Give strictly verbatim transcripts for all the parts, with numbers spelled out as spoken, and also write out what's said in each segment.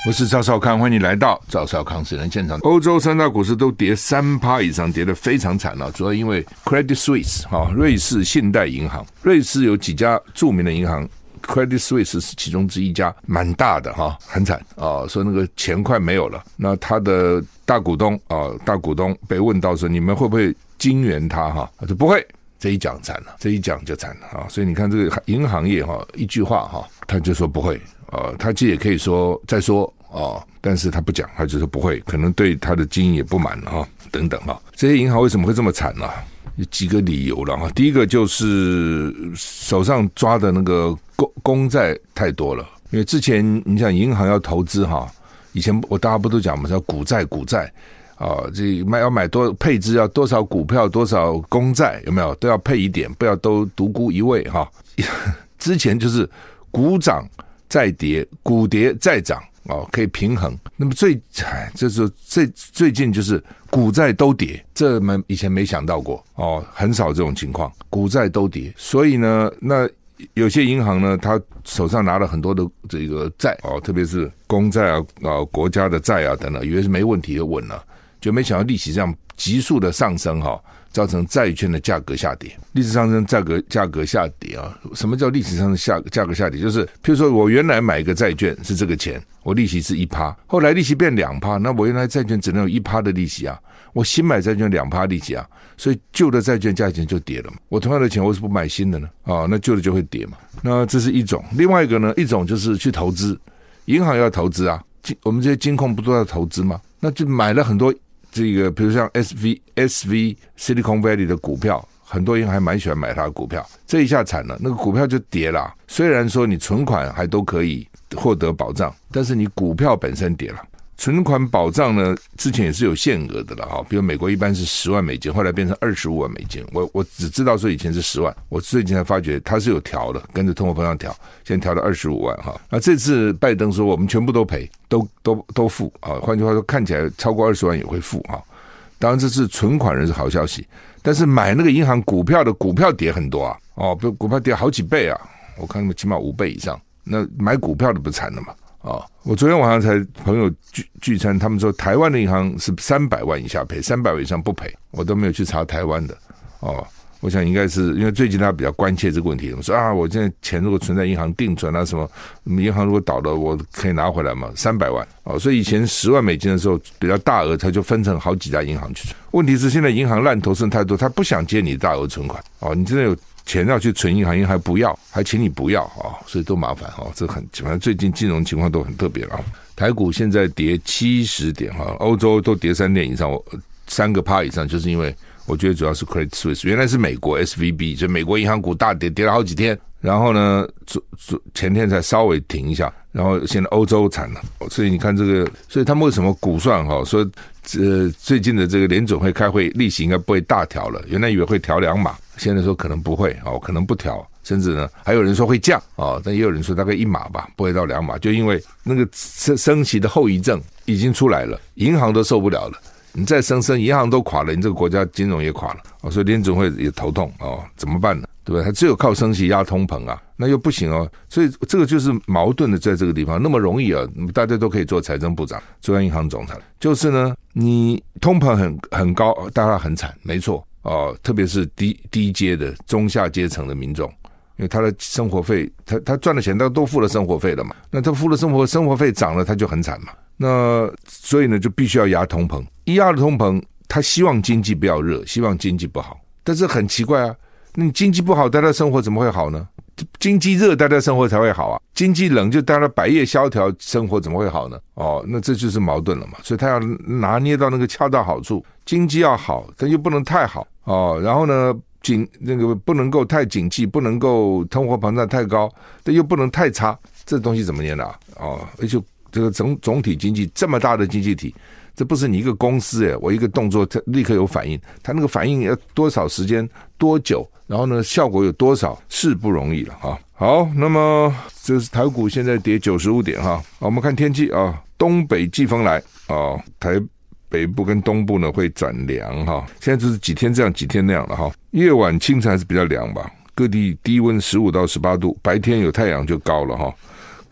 我是赵少康，欢迎你来到赵少康私人现场。欧洲三大股市都跌 百分之三 以上，跌得非常惨了，主要因为 Credit Suisse、哦、瑞士信贷银行，瑞士有几家著名的银行， Credit Suisse 是其中之一家，蛮大的、哦、很惨、哦、说那个钱快没有了。那他的大股东、哦、大股东被问到说你们会不会金援他、哦、他说不会，这一讲惨了，这一讲就惨了、哦、所以你看这个银行业、哦、一句话、哦、他就说不会，呃，他其实也可以说再说哦，但是他不讲，他就说不会，可能对他的经营也不满哈、哦，等等哈、哦。这些银行为什么会这么惨呢、啊？有几个理由了哈。第一个就是手上抓的那个公公债太多了，因为之前你想银行要投资哈，以前我大家不都讲嘛，叫股债股债啊，这买要买多配置要多少股票多少公债有没有都要配一点，不要都独孤一味哈。之前就是股涨再跌，股跌再涨哦，可以平衡。那么最就是最最近就是股债都跌，这们以前没想到过哦，很少这种情况，股债都跌。所以呢，那有些银行呢，他手上拿了很多的这个债哦，特别是公债啊、啊国家的债啊等等，以为是没问题就稳了，就没想到利息这样急速的上升哈、哦。造成债券的价格下跌，历史上升价格价格下跌啊！什么叫历史上的下价格下跌？就是譬如说我原来买一个债券是这个钱，我利息是一趴，后来利息变两趴，那我原来债券只能有一趴的利息啊，我新买债券两趴利息啊，所以旧的债券价钱就跌了嘛。我同样的钱，我是不买新的呢？啊，那旧的就会跌嘛。那这是一种，另外一个呢，一种就是去投资，银行要投资啊，我们这些金控不都要投资吗？那就买了很多。这个比如像 S V S V Silicon Valley 的股票，很多人还蛮喜欢买它的股票，这一下惨了，那个股票就跌了。虽然说你存款还都可以获得保障，但是你股票本身跌了。存款保障呢，之前也是有限额的了哈，比如美国一般是十万美金，后来变成二十五万美金。我我只知道说以前是十万，我最近才发觉它是有调的，跟着通货膨胀调，现在调到二十五万哈。那这次拜登说我们全部都赔，都都都付啊，换句话说，看起来超过二十万也会付哈。当然这是存款人是好消息，但是买那个银行股票的股票跌很多啊，哦，比如股票跌好几倍啊，我看他们起码五倍以上，那买股票的不惨了嘛？哦，我昨天晚上才朋友聚聚餐，他们说台湾的银行是三百万以下赔，三百万以上不赔，我都没有去查台湾的。哦，我想应该是因为最近他比较关切这个问题，我说啊，我现在钱如果存在银行定存啊什么，银行如果倒了，我可以拿回来嘛？三百万哦，所以以前十万美金的时候比较大额，他就分成好几家银行去存。问题是现在银行烂投资太多，他不想接你大额存款哦，你真的有。钱要去存银行，银行还不要，还请你不要啊、哦，所以多麻烦啊、哦！这很，反正最近金融情况都很特别了、哦。台股现在跌七十点哈、哦，欧洲都跌三点以上，三个趴以上，就是因为我觉得主要是 Credit Suisse， 原来是美国 S V B， 所以美国银行股大跌，跌了好几天，然后呢，前天才稍微停一下，然后现在欧洲惨了，所以你看这个，所以他们为什么估算哈、哦、说呃最近的这个联准会开会，利息应该不会大调了，原来以为会调两码。现在说可能不会哦，可能不调，甚至呢还有人说会降哦，但也有人说大概一码吧，不会到两码，就因为那个升息的后遗症已经出来了，银行都受不了了，你再升升，银行都垮了，你这个国家金融也垮了哦，所以联准会也头痛哦，怎么办呢？对不对？它只有靠升息压通膨啊，那又不行哦，所以这个就是矛盾的在这个地方，那么容易啊，大家都可以做财政部长、中央银行总裁，就是呢，你通膨很很高，大家很惨，没错。哦，特别是低低阶的中下阶层的民众，因为他的生活费，他他赚的钱他都付了生活费了嘛，那他付了生活生活费涨了，他就很惨嘛。那所以呢，就必须要压通膨，一压了通膨，他希望经济不要热，希望经济不好，但是很奇怪啊，你经济不好，大家生活怎么会好呢？经济热，大家生活才会好啊；经济冷，就大家百业萧条，生活怎么会好呢？哦，那这就是矛盾了嘛。所以他要拿捏到那个恰到好处，经济要好，但又不能太好哦。然后呢，景那个不能够太景气，不能够通货膨胀太高，但又不能太差，这东西怎么念啊？哦，而且这个总总体经济这么大的经济体。这不是你一个公司诶，我一个动作立刻有反应，他那个反应要多少时间多久，然后呢效果有多少，是不容易了哈。好，那么这是台股现在跌九十五点哈。好，我们看天气啊，东北季风来啊，台北部跟东部呢会转凉哈。现在就是几天这样几天那样了哈。夜晚清晨还是比较凉吧，各地低温十五到十八度，白天有太阳就高了哈。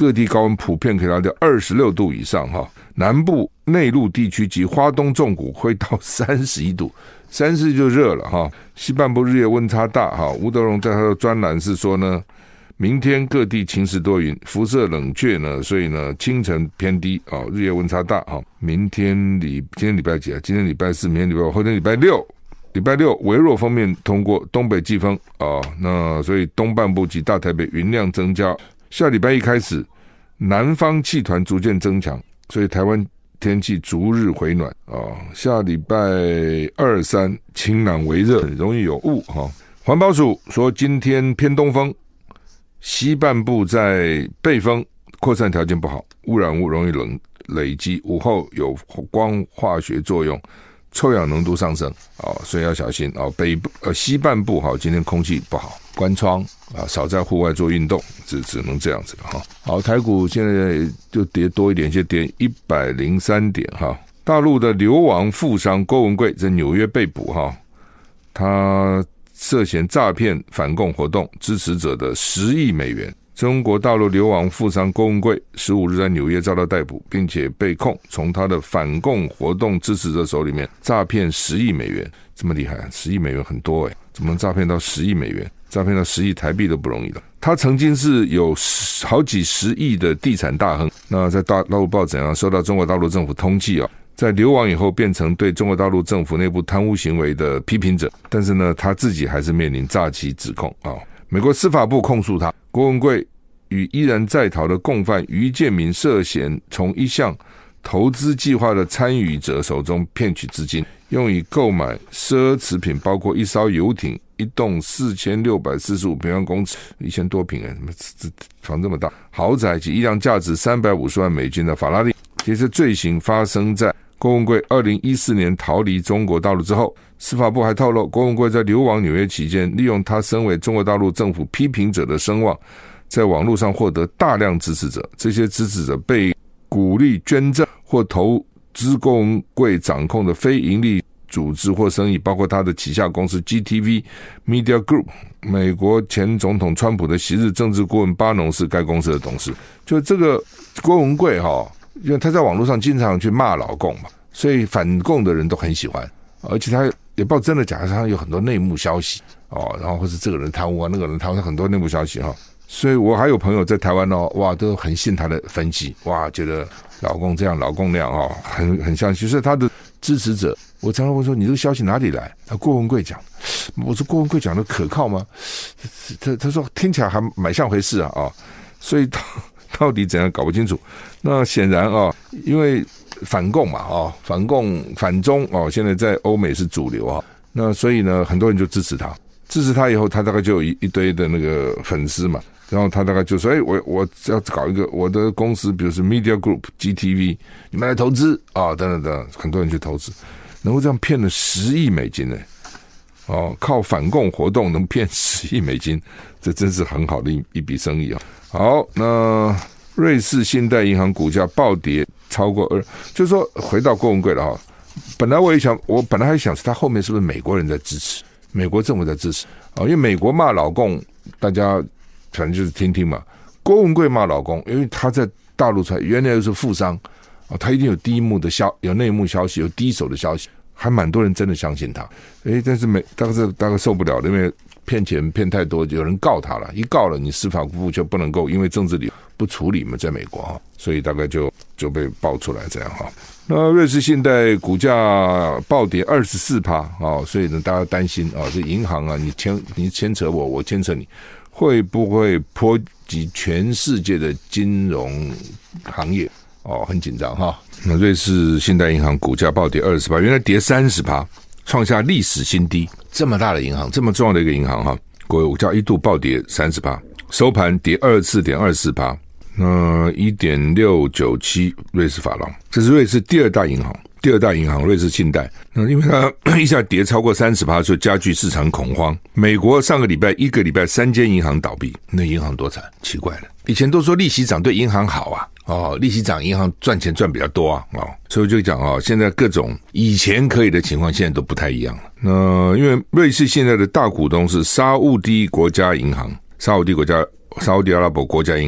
各地高温普遍可以达到二十六度以上哈，南部内陆地区及花东纵谷会到三十一度，三十就热了哈。西半部日夜温差大哈。吴德荣在他的专栏是说呢，明天各地晴时多云，辐射冷却呢，所以呢清晨偏低啊，日夜温差大哈。明天礼今天礼拜几啊？今天礼拜四，明天礼拜五，后天礼拜六。礼拜六微弱锋面通过东北季风啊，那所以东半部及大台北云量增加。下礼拜一开始，南方气团逐渐增强，所以台湾天气逐日回暖啊。下礼拜二三晴朗微热，容易有雾哈。环保署说今天偏东风，西半部在背风，扩散条件不好，污染物容易冷累积，午后有光化学作用。臭氧浓度上升啊，所以要小心啊。北部呃西半部哈，今天空气不好，关窗啊，少在户外做运动，只只能这样子了哈。好，台股现在就跌多一点，就跌一百零三点哈。大陆的流亡富商郭文贵在纽约被捕哈，他涉嫌诈骗反共活动支持者的十亿美元。中国大陆流亡富商郭文贵十五日在纽约遭到逮捕，并且被控从他的反共活动支持者手里面诈骗十亿美元，这么厉害，十亿美元很多诶，怎么能诈骗到十亿美元？诈骗到十亿台币都不容易了。他曾经是有好几十亿的地产大亨，那在大陆报怎样受到中国大陆政府通缉啊？在流亡以后变成对中国大陆政府内部贪污行为的批评者，但是呢，他自己还是面临诈欺指控啊。美国司法部控诉他，郭文贵与依然在逃的共犯于建民涉嫌从一项投资计划的参与者手中骗取资金，用以购买奢侈品，包括一艘游艇、一栋四千六百四十五平方公尺、一千多平哎，房这么大豪宅及一辆价值三百五十万美金的法拉利。其实罪行发生在郭文贵二零一四年逃离中国大陆之后。司法部还透露，郭文贵在流亡纽约期间，利用他身为中国大陆政府批评者的声望，在网络上获得大量支持者，这些支持者被鼓励捐赠或投资郭文贵掌控的非营利组织或生意，包括他的旗下公司 G T V Media Group。 美国前总统川普的昔日政治顾问巴农是该公司的董事。就这个郭文贵齁，因为他在网络上经常去骂老共嘛，所以反共的人都很喜欢，而且他也不知道真的假的，他有很多内幕消息哦，然后或是这个人贪污啊，那个人贪污，很多内幕消息哈。所以我还有朋友在台湾哦，哇，都很信他的分析，哇，觉得老共这样，老共那样哦，很很相信。所以他的支持者，我常常问说，你这个消息哪里来？他郭文贵讲，我说郭文贵讲的可靠吗？他他说听起来还蛮像回事啊啊，所以到到底怎样搞不清楚。那显然啊，因为反共嘛啊，反共反中哦，现在在欧美是主流啊，那所以呢，很多人就支持他，支持他以后，他大概就有一一堆的那个粉丝嘛，然后他大概就说，哎，我我要搞一个我的公司，比如是 Media Group G T V， 你们来投资啊，等等等，很多人去投资，能够这样骗了十亿美金呢，哦，靠反共活动能骗十亿美金，这真是很好的一一笔生意啊。好，那瑞士信贷银行股价暴跌超过二，就是说回到郭文贵了哈。本来我也想，我本来还想是他后面是不是美国人在支持，美国政府在支持啊？因为美国骂老共，大家反正就是听听嘛。郭文贵骂老共，因为他在大陆才原来又是富商啊，他一定有第一幕的消，有内幕消息，有第一手的消息，还蛮多人真的相信他。诶，但是美大概是大概受不了，因为骗钱骗太多，有人告他了，一告了，你司法部就不能够因为政治理由不处理嘛，在美国哈，所以大概就就被爆出来这样哈。那瑞士信贷股价暴跌二十四趴啊，所以呢，大家担心啊，这银行啊，你牵你牵扯我，我牵扯你，会不会波及全世界的金融行业？哦，很紧张哈。那瑞士信贷银行股价暴跌二十趴，原来跌三十趴，创下历史新低。这么大的银行，这么重要的一个银行哈，股价一度暴跌三十趴，收盘跌二十四点二四趴。那 一点六九七 瑞士法郎，这是瑞士第二大银行，第二大银行瑞士信贷。那因为它一下跌超过 百分之三十， 就加剧市场恐慌。美国上个礼拜一个礼拜三间银行倒闭，那银行多惨，奇怪了。以前都说利息涨对银行好啊，哦，利息涨银行赚钱赚比较多啊，哦，所以我就讲哦，现在各种以前可以的情况现在都不太一样了。那因为瑞士现在的大股东是沙烏地国家银行，沙烏地国家沙烏地阿拉伯国家银行。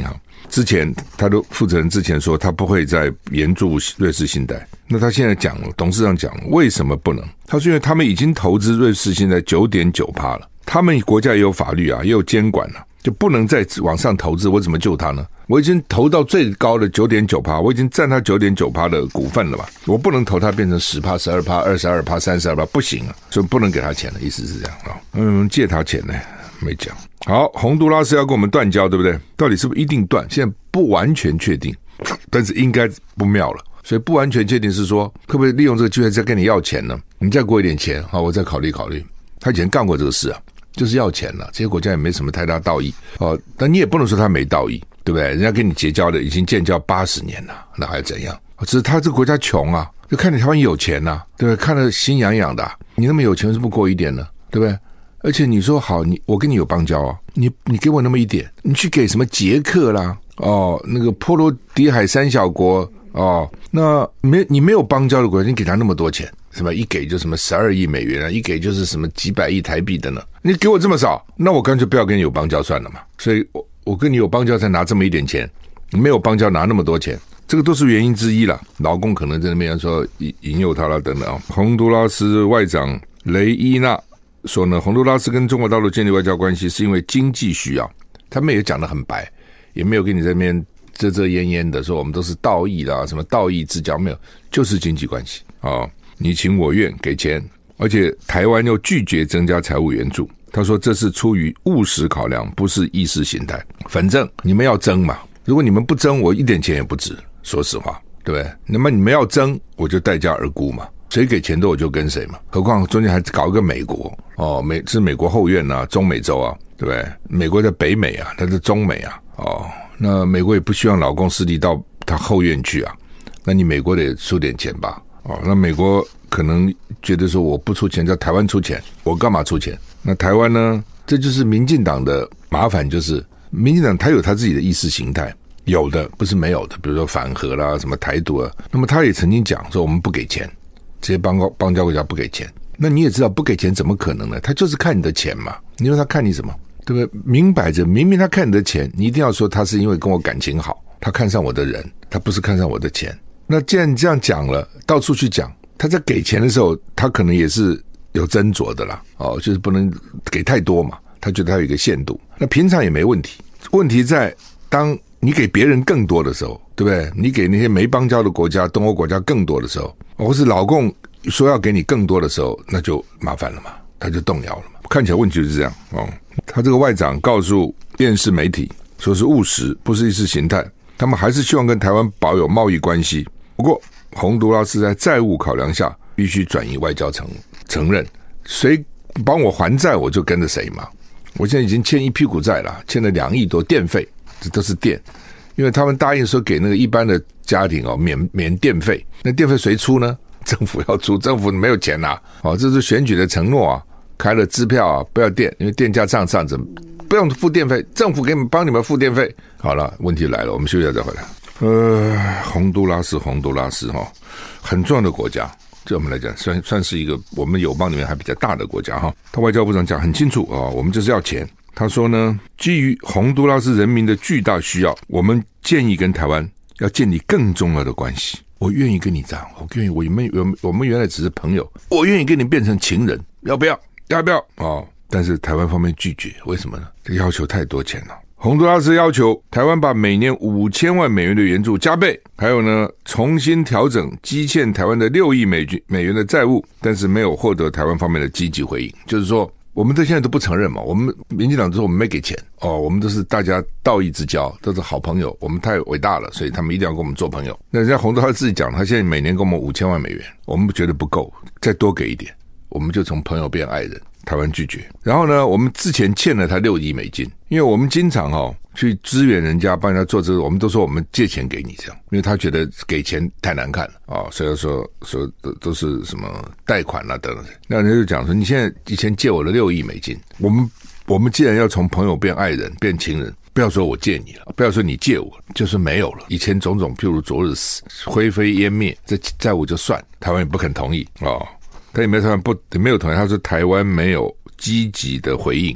之前他的负责人之前说他不会再援助瑞士信贷，那他现在讲了，董事长讲了，为什么不能？他说因为他们已经投资瑞士信贷 百分之九点九 了，他们国家也有法律啊，也有监管啊，就不能再往上投资，我怎么救他呢？我已经投到最高的 百分之九点九， 我已经占他 百分之九点九 的股份了嘛，我不能投他变成 百分之十、十二、二十二、三十二， 不行啊，所以不能给他钱的意思是这样啊。嗯，借他钱呢没讲。好，洪都拉斯要跟我们断交，对不对？到底是不是一定断？现在不完全确定，但是应该不妙了。所以不完全确定是说，可不可以利用这个机会再跟你要钱呢？你再给我一点钱，好，我再考虑考虑。他以前干过这个事啊，就是要钱了。这些国家也没什么太大道义哦，但你也不能说他没道义，对不对？人家跟你结交的已经建交八十年了，那还怎样？只是他这个国家穷啊，就看你台湾有钱啊，对不对？看得心痒痒的、啊，你那么有钱是不过一点呢，对不对？而且你说好，你我跟你有邦交啊，你你给我那么一点，你去给什么捷克啦，哦，那个波罗的海三小国哦，那没你没有邦交的国家，你给他那么多钱，什么一给就什么十二亿美元啊，一给就是什么几百亿台币的呢？你给我这么少，那我干脆不要跟你有邦交算了嘛。所以我我跟你有邦交才拿这么一点钱，没有邦交拿那么多钱，这个都是原因之一啦。劳工可能在那边说引诱他啦等等啊。洪都拉斯外长雷伊纳说呢，洪都拉斯跟中国大陆建立外交关系是因为经济需要，他们也讲得很白，也没有跟你在那边遮遮掩掩的说我们都是道义啦，什么道义之交，没有，就是经济关系啊、哦，你情我愿给钱，而且台湾又拒绝增加财务援助，他说这是出于务实考量，不是意识形态。反正你们要争嘛，如果你们不争，我一点钱也不值，说实话，对不对？那么你们要争，我就待价而沽嘛。谁给钱多我就跟谁嘛，何况中间还搞一个美国哦，美是美国后院啊，中美洲啊，对不对？美国在北美啊，它是中美啊，哦，那美国也不希望老公势力到他后院去啊，那你美国得出点钱吧，哦，那美国可能觉得说我不出钱，叫台湾出钱，我干嘛出钱？那台湾呢？这就是民进党的麻烦，就是民进党他有他自己的意识形态，有的不是没有的，比如说反核啦，什么台独啊，那么他也曾经讲说我们不给钱。这些邦邦交国家不给钱，那你也知道不给钱怎么可能呢？他就是看你的钱嘛。你说他看你什么？对不对？明摆着，明明他看你的钱，你一定要说他是因为跟我感情好，他看上我的人，他不是看上我的钱。那既然你这样讲了，到处去讲，他在给钱的时候，他可能也是有斟酌的啦。哦，就是不能给太多嘛，他觉得他有一个限度。那平常也没问题，问题在当你给别人更多的时候，对不对？你给那些没邦交的国家、东欧国家更多的时候，或是老共说要给你更多的时候，那就麻烦了嘛，他就动摇了嘛。看起来问题就是这样哦。他这个外长告诉电视媒体说是务实，不是意识形态，他们还是希望跟台湾保有贸易关系。不过洪都拉斯在债务考量下必须转移外交承承认，谁帮我还债我就跟着谁嘛。我现在已经欠一屁股债了，欠了两亿多电费，这都是电，因为他们答应说给那个一般的家庭哦免免电费，那电费谁出呢？政府要出，政府没有钱呐、啊，哦，这是选举的承诺啊，开了支票啊，不要电，因为电价上上涨，不用付电费，政府给你们帮你们付电费。好了，问题来了，我们休息一下再回来。呃，洪都拉斯，洪都拉斯哈、哦，很重要的国家，对我们来讲算算是一个我们友邦里面还比较大的国家哈。他外交部长讲很清楚啊、哦，我们就是要钱。他说呢，基于洪都拉斯人民的巨大需要，我们建议跟台湾要建立更重要的关系。我愿意跟你这样，我愿意，我们我们原来只是朋友，我愿意跟你变成情人，要不要？要不要？哦，但是台湾方面拒绝，为什么呢？这个要求太多钱了。洪都拉斯要求台湾把每年五千万美元的援助加倍，还有呢，重新调整积欠台湾的六亿美美元的债务，但是没有获得台湾方面的积极回应，就是说。我们到现在都不承认嘛，我们民进党说我们没给钱哦，我们都是大家道义之交，都是好朋友，我们太伟大了，所以他们一定要跟我们做朋友。那人家洪都他自己讲，他现在每年给我们五千万美元，我们觉得不够，再多给一点，我们就从朋友变爱人。台湾拒绝，然后呢，我们之前欠了他六亿美金，因为我们经常哦去支援人家，帮人家做这个，我们都说我们借钱给你这样，因为他觉得给钱太难看了哦，所以说说都都是什么贷款啦等等，那人家就讲说，你现在以前借我的六亿美金，我们我们既然要从朋友变爱人变情人，不要说我借你了，不要说你借我，就是没有了。以前种种譬如昨日死，灰飞烟灭，这债务就算，台湾也不肯同意哦。他也没有台湾不也没有同意，他说台湾没有积极的回应，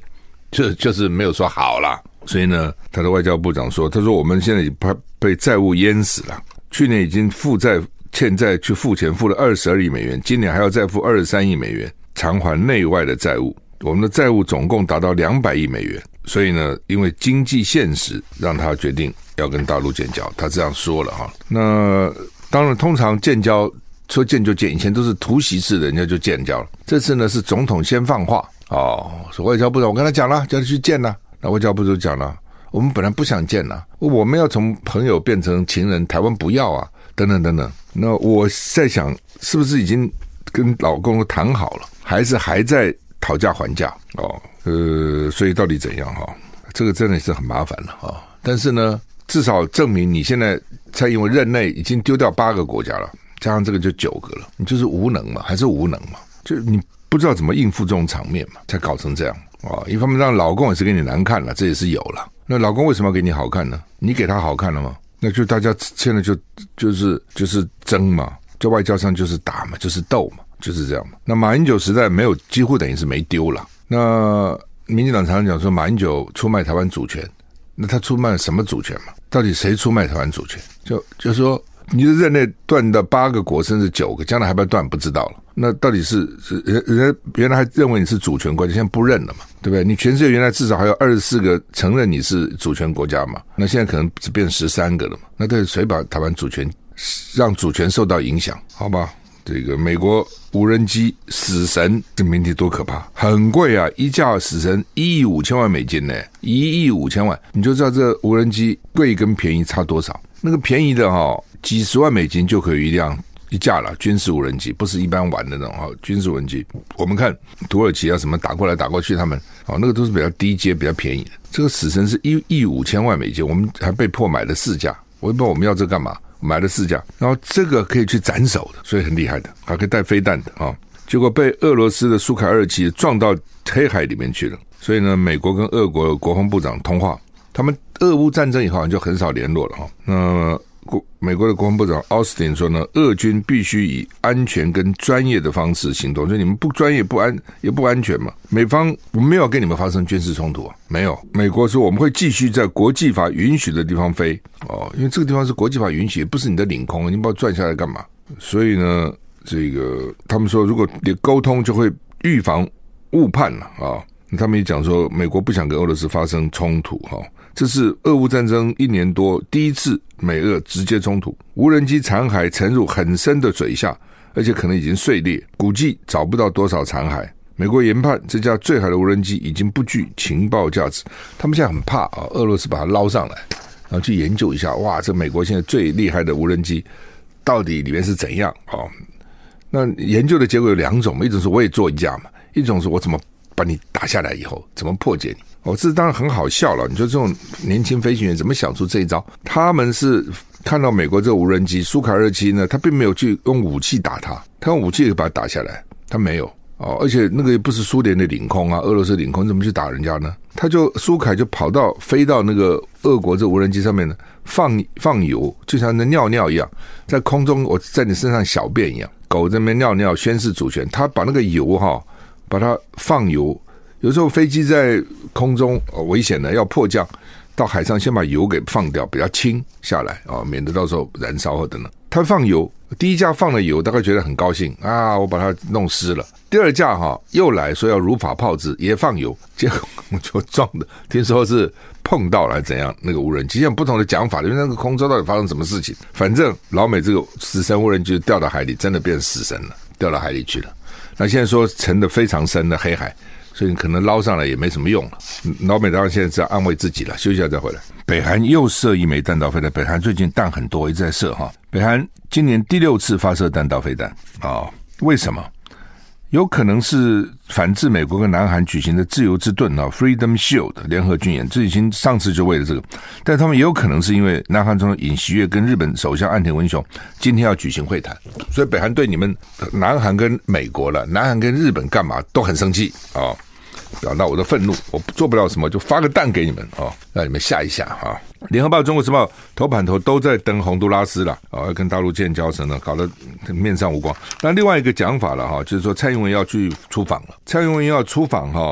就就是没有说好啦。所以呢，他的外交部长说，他说我们现在已被债务淹死了，去年已经负债欠债去付钱，付了二十二亿美元，今年还要再付二十三亿美元偿还内外的债务，我们的债务总共达到两百亿美元。所以呢，因为经济现实让他决定要跟大陆建交，他这样说了哈。那当然，通常建交说建就建，以前都是突袭式的，人家就建交了。这次呢是总统先放话哦，说外交部长我跟他讲了，叫他去建了。那外交部就讲了，我们本来不想建了，我们要从朋友变成情人，台湾不要啊，等等等等。那我在想，是不是已经跟老公都谈好了，还是还在讨价还价哦？呃，所以到底怎样哈？这个真的是很麻烦了啊。但是呢，至少证明你现在蔡英文任内已经丢掉八个国家了，加上这个就九个了，你就是无能嘛，还是无能嘛？就你不知道怎么应付这种场面嘛，才搞成这样啊！一方面让老公也是给你难看了，这也是有了。那老公为什么要给你好看呢？你给他好看了吗？那就大家现在就就是就是争嘛，在外交上就是打嘛，就是斗嘛，就是这样嘛。那马英九时代没有，几乎等于是没丢了。那民进党常常讲说马英九出卖台湾主权，那他出卖什么主权嘛？到底谁出卖台湾主权？就就是说，你的任内断的八个国，甚至九个，将来还不要断，不知道了。那到底是人人家原来还认为你是主权国家，现在不认了嘛，对不对？你全世界原来至少还有二十四个承认你是主权国家嘛，那现在可能只变十三个了嘛。那对谁把台湾主权让主权受到影响？好吧，这个美国无人机死神，这名题多可怕，很贵啊！一架死神一亿五千万美金呢，一亿五千万，你就知道这无人机贵跟便宜差多少。那个便宜的哈、哦，几十万美金就可以一辆。一架了军事无人机，不是一般玩的那种哈，军事无人机。我们看土耳其啊什么打过来打过去，他们哦那个都是比较低阶、比较便宜的。这个死神是一亿五千万美金，我们还被迫买了四架，我也不知道我们要这干嘛，买了四架。然后这个可以去斩首的，所以很厉害的，还可以带飞弹的啊、哦。结果被俄罗斯的苏凯二七撞到黑海里面去了。所以呢，美国跟俄国国防部长通话，他们俄乌战争以后好像就很少联络了哈。那美国的国防部长奥斯汀说呢，俄军必须以安全跟专业的方式行动，所以你们不专业不安也不安全嘛。美方我们没有跟你们发生军事冲突啊，没有。美国说我们会继续在国际法允许的地方飞哦，因为这个地方是国际法允许，也不是你的领空，你把我转下来干嘛？所以呢，这个他们说如果你沟通就会预防误判了啊。他们也讲说，美国不想跟俄罗斯发生冲突哈。这是俄乌战争一年多第一次美俄直接冲突，无人机残骸沉入很深的水下，而且可能已经碎裂，估计找不到多少残骸。美国研判这架坠海的无人机已经不具情报价值，他们现在很怕啊，俄罗斯把它捞上来，然后去研究一下，哇，这美国现在最厉害的无人机到底里面是怎样啊？那研究的结果有两种嘛，一种是我也做一架嘛，一种是我怎么把你打下来以后怎么破解你。哦，这当然很好笑了。你说这种年轻飞行员怎么想出这一招？他们是看到美国这个无人机苏凯二七呢，他并没有去用武器打它，他用武器把它打下来，他没有哦。而且那个也不是苏联的领空啊，俄罗斯领空，怎么去打人家呢？他就苏凯就跑到飞到那个俄国这无人机上面呢，放放油，就像那尿尿一样，在空中我在你身上小便一样，狗在那边尿尿宣示主权，他把那个油哈、哦，把它放油。有时候飞机在空中、哦、危险的要迫降，到海上先把油给放掉，比较轻下来、哦、免得到时候燃烧或等等。他放油，第一架放了油，大概觉得很高兴啊，我把它弄湿了。第二架哈、哦、又来说要如法炮制，也放油，结果就撞的，听说是碰到了怎样那个无人机，像不同的讲法，因为那个空中到底发生什么事情？反正老美这个死神无人机掉到海里，真的变死神了，掉到海里去了。那现在说沉得非常深的黑海。所以可能捞上来也没什么用了。老美当然现在是要安慰自己了，休息一下再回来。北韩又射一枚弹道飞弹，北韩最近弹很多，一直在射哈。北韩今年第六次发射弹道飞弹啊、哦，为什么？有可能是反制美国跟南韩举行的自由之盾啊 Freedom Shield 联合军演，这已经上次就为了这个，但他们也有可能是因为南韩总统尹锡悦跟日本首相岸田文雄今天要举行会谈，所以北韩对你们南韩跟美国了，南韩跟日本干嘛都很生气啊、哦，表达我的愤怒，我做不了什么就发个弹给你们啊、哦，让你们吓一吓哈、啊。联合报、中国时报头版头都在登洪都拉斯了啊，要跟大陆建交什么，搞得面上无光。那另外一个讲法了哈，就是说蔡英文要去出访了。蔡英文要出访哈，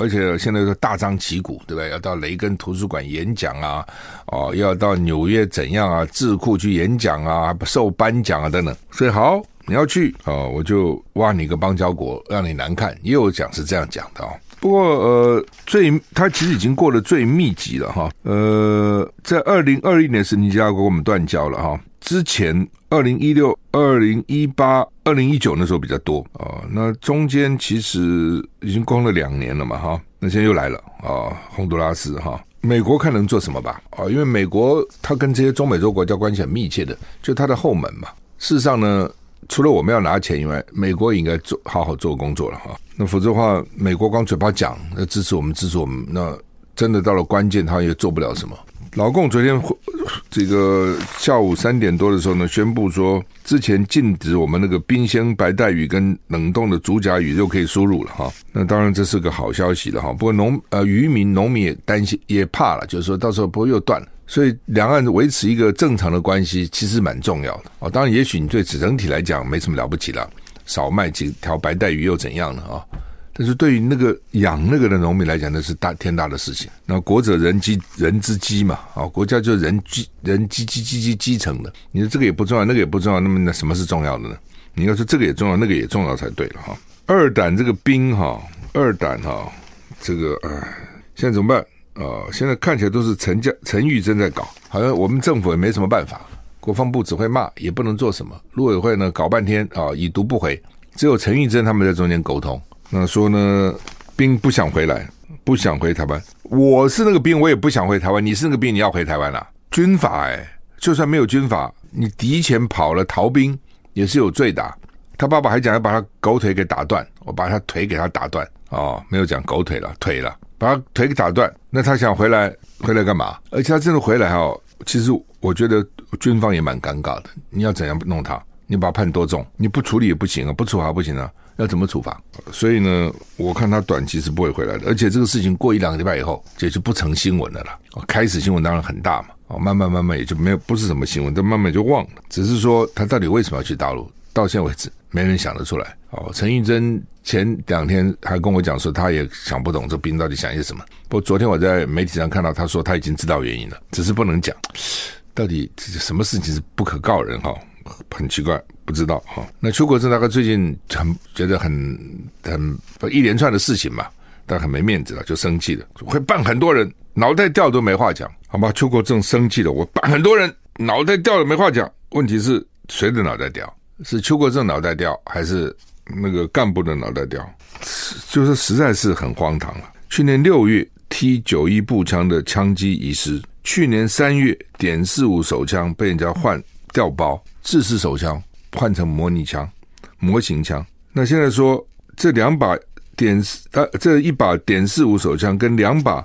而且现在都大张旗鼓，对不对？要到雷根图书馆演讲啊，哦，要到纽约怎样啊，智库去演讲啊，受颁奖啊等等。所以好，你要去哦，我就挖你个邦交国，让你难看。也有讲是这样讲的哦。不过呃，最他其实已经过得最密集了哈。呃，在二零二一年是尼加拉瓜跟我们断交了哈。之前二零一六、二零一八、二零一九那时候比较多啊、呃，那中间其实已经光了两年了嘛哈，那现在又来了啊、呃，洪都拉斯哈，美国看能做什么吧啊、呃，因为美国它跟这些中美洲国家关系很密切的，就它的后门嘛。事实上呢，除了我们要拿钱以外，美国也应该做好好做工作了哈。那否则的话，美国光嘴巴讲要支持我们支持我们，那真的到了关键，他也做不了什么。老共昨天这个下午三点多的时候呢，宣布说之前禁止我们那个冰鲜白带鱼跟冷冻的竹荚鱼又可以输入了哈。那当然这是个好消息了哈。不过农呃渔民农民也担心也怕了，就是说到时候不会又断了。所以两岸维持一个正常的关系其实蛮重要的哦。当然也许你对整体来讲没什么了不起了，少卖几条白带鱼又怎样呢啊？但是对于那个养那个的农民来讲，那是大天大的事情。那国者人基人之基嘛，啊，国家就是人基人基基基基基层的。你说这个也不重要，那个也不重要，那么那什么是重要的呢？你要说这个也重要，那个也重要才对了哈。二胆这个兵哈，二胆哈，这个呃，现在怎么办？呃，现在看起来都是陈家陈玉珍在搞，好像我们政府也没什么办法，国防部只会骂，也不能做什么。陆委会呢搞半天啊，已读不回，只有陈玉珍他们在中间沟通。那说呢，兵不想回来，不想回台湾。我是那个兵，我也不想回台湾。你是那个兵，你要回台湾啊？军法哎、欸，就算没有军法，你敌前跑了逃兵也是有罪的、啊。他爸爸还讲要把他狗腿给打断，我把他腿给他打断哦，没有讲狗腿了，腿了，把他腿给打断。那他想回来，回来干嘛？而且他真的回来哦，其实我觉得军方也蛮尴尬的。你要怎样弄他？你把他判多重？你不处理也不行啊，不处罚不行啊。要怎么处罚？所以呢，我看他短期是不会回来的，而且这个事情过一两个礼拜以后，这就不成新闻了啦。开始新闻当然很大嘛，哦，慢慢慢慢也就没有不是什么新闻，但慢慢就忘了。只是说他到底为什么要去大陆，到现在为止没人想得出来。哦，陈玉珍前两天还跟我讲说，他也想不懂这兵到底想些什么。不过昨天我在媒体上看到他说他已经知道原因了，只是不能讲。到底什么事情是不可告人哈？很奇怪，不知道哈。那邱国正大概最近很觉得很很一连串的事情嘛，但很没面子了，就生气了，会办很多人脑袋掉都没话讲，好吧？邱国正生气了，我办很多人脑袋掉了没话讲。问题是谁的脑袋掉？是邱国正脑袋掉，还是那个干部的脑袋掉？就是实在是很荒唐了。去年六月 T 九十一 步枪的枪击遗失，去年三月点四五手枪被人家换调包，制式手枪换成模拟枪、模型枪。那现在说这两把点呃这一把点四五手枪跟两把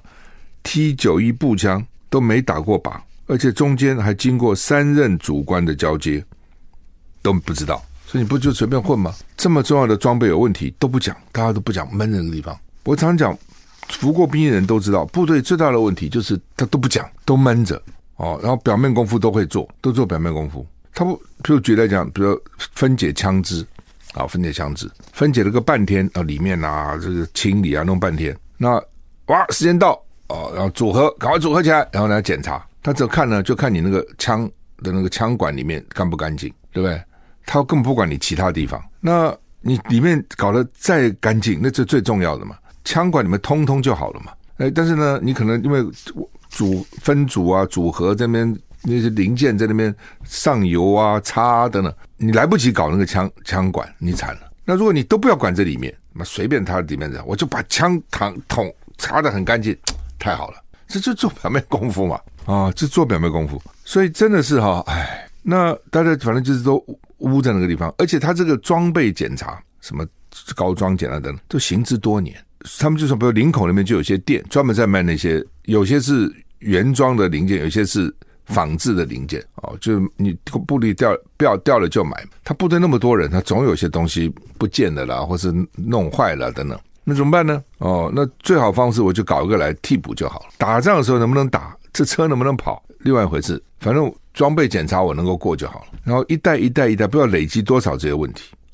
T 九十一 步枪都没打过靶，而且中间还经过三任主官的交接，都不知道。所以你不就随便混吗？这么重要的装备有问题都不讲，大家都不讲，闷在那个地方。我常讲，服过兵的人都知道，部队最大的问题就是他都不讲，都闷着。哦，然后表面功夫都会做，都做表面功夫。他不，譬如举例来讲，比如分解枪支，啊，分解枪支，分解了个半天，啊，里面啊，这个清理啊，弄半天。那哇，时间到，哦，然后组合，赶快组合起来，然后来检查。他只看呢，就看你那个枪的那个枪管里面干不干净，对不对？他根本不管你其他地方。那你里面搞得再干净，那是最重要的嘛。枪管里面通通就好了嘛。哎，但是呢，你可能因为组分组啊、组合这边那些零件在那边上油啊、擦啊等等，你来不及搞那个枪枪管，你惨了。那如果你都不要管这里面，那随便它里面的，我就把枪膛桶擦得很干净，太好了。这就做表面功夫嘛，啊，这做表面功夫。所以真的是哈，哎，那大家反正就是都污在那个地方，而且他这个装备检查，什么高装检啊等等，都行之多年。他们就说，比如林口那边就有些店专门在卖那些，有些是原装的零件，有些是仿制的零件哦，就你部队掉不要掉了就买。他部队那么多人，他总有些东西不见了啦，或是弄坏了等等，那怎么办呢？哦，那最好方式我就搞一个来替补就好了。打仗的时候能不能打，这车能不能跑，另外一回事。反正装备检查我能够过就好了。然后一代一代一代，不要累积多少这些问题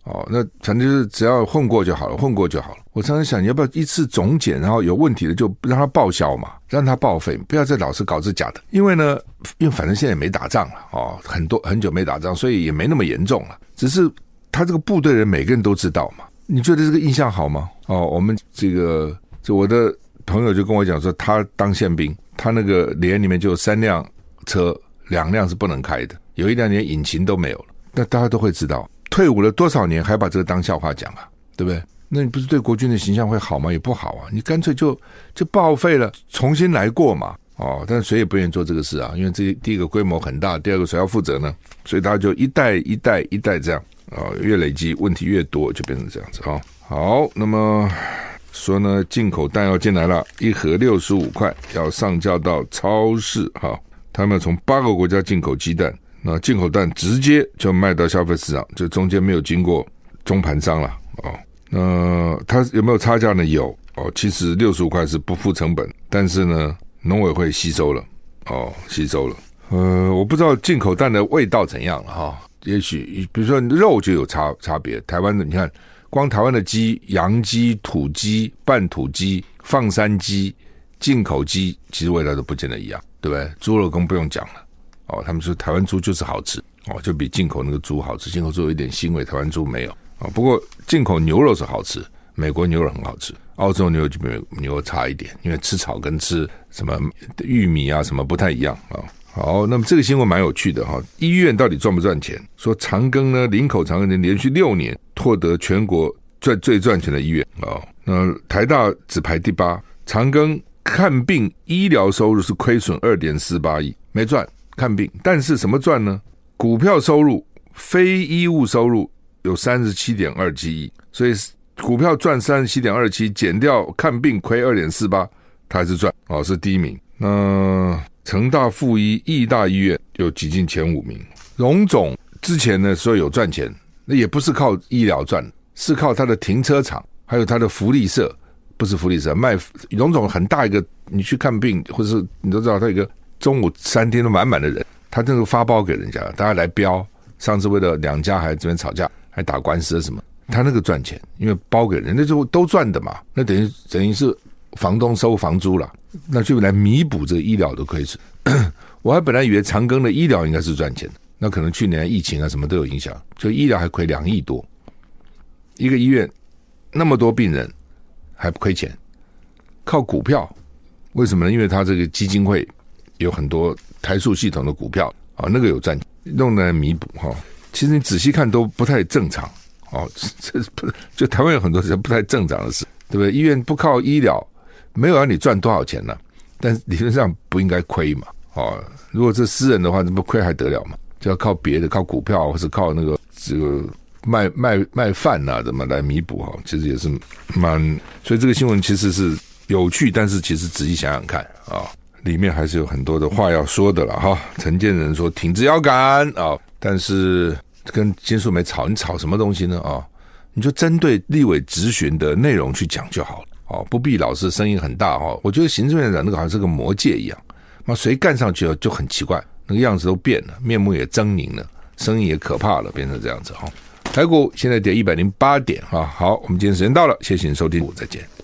哦，那反正就是只要混过就好了，混过就好了。我常常想，你要不要一次总检，然后有问题的就让他报销嘛，让他报废，不要再老是搞这假的。因为呢，因为反正现在也没打仗了哦，很多很久没打仗，所以也没那么严重了。只是他这个部队人每个人都知道嘛，你觉得这个印象好吗？哦，我们这个就我的朋友就跟我讲说，他当宪兵，他那个连里面就有三辆车，两辆是不能开的，有一辆连引擎都没有了。那大家都会知道，退伍了多少年还把这个当笑话讲啊，对不对？那你不是对国军的形象会好吗？也不好啊，你干脆就就报废了，重新来过嘛。哦，但是谁也不愿意做这个事啊，因为这第一个规模很大，第二个谁要负责呢？所以大家就一代一代一代这样啊、哦，越累积问题越多，就变成这样子啊、哦。好，那么说呢，进口蛋要进来了，一盒六十五块，要上架到超市哈。他们从八个国家进口鸡蛋，那进口蛋直接就卖到消费市场，这中间没有经过中盘商了哦。那它有没有差价呢？有哦，其实六十五块是不付成本，但是呢，农委会吸收了哦，吸收了。呃，我不知道进口蛋的味道怎样了哈、哦，也许比如说肉就有差差别。台湾的你看，光台湾的鸡、洋鸡、土鸡、半土鸡、放山鸡、进口鸡，其实味道都不见得一样，对不对？猪肉更不用讲了哦，他们说台湾猪就是好吃哦，就比进口那个猪好吃，进口猪有一点腥味，台湾猪没有。哦、不过进口牛肉是好吃，美国牛肉很好吃，澳洲牛肉就比牛肉差一点，因为吃草跟吃什么玉米啊什么不太一样啊、哦。好，那么这个新闻蛮有趣的哈、哦，医院到底赚不赚钱？说长庚呢，林口长庚呢连续六年获得全国最最赚钱的医院啊、哦。那台大只排第八，长庚看病医疗收入是亏损 二点四八亿，没赚看病，但是什么赚呢？股票收入、非医务收入有 三十七点二七亿，所以股票赚 三十七点二七， 减掉看病亏 二点四八， 他还是赚哦，是第一名。那成大附医义大医院有挤进前五名。荣总之前呢说有赚钱，那也不是靠医疗赚，是靠他的停车场还有他的福利社，不是福利社卖荣总很大一个，你去看病或者是你都知道他一个中午三天都满满的人，他这个发包给人家，大家来标，上次为了两家还这边吵架还打官司什么，他那个赚钱，因为包给人，那就都赚的嘛，那等于等于是房东收房租了，那就来弥补这个医疗的亏损。我还本来以为长庚的医疗应该是赚钱的，那可能去年疫情啊什么都有影响，就医疗还亏两亿多，一个医院那么多病人还不亏钱，靠股票，为什么呢？因为他这个基金会有很多台塑系统的股票啊，那个有赚，弄来弥补哈。其实你仔细看都不太正常哦，这不就台湾有很多人不太正常的事，对不对？医院不靠医疗，没有让你赚多少钱呢、啊？但理论上不应该亏嘛，哦，如果是私人的话，这不亏还得了嘛？就要靠别的，靠股票或是靠那个这个卖卖卖饭啊，怎么来弥补哈？其实也是蛮，所以这个新闻其实是有趣，但是其实仔细想想看啊，里面还是有很多的话要说的了哈。陈建仁说挺直腰杆啊，但是跟金素梅吵，你吵什么东西呢啊？你就针对立委质询的内容去讲就好了。哦，不必老是声音很大哦。我觉得行政院长那个好像是个魔戒一样，那谁干上去了就很奇怪，那个样子都变了，面目也狰狞了，声音也可怕了，变成这样子哈。台股现在跌一百零八点啊。好，我们今天时间到了，谢谢您收听，再见。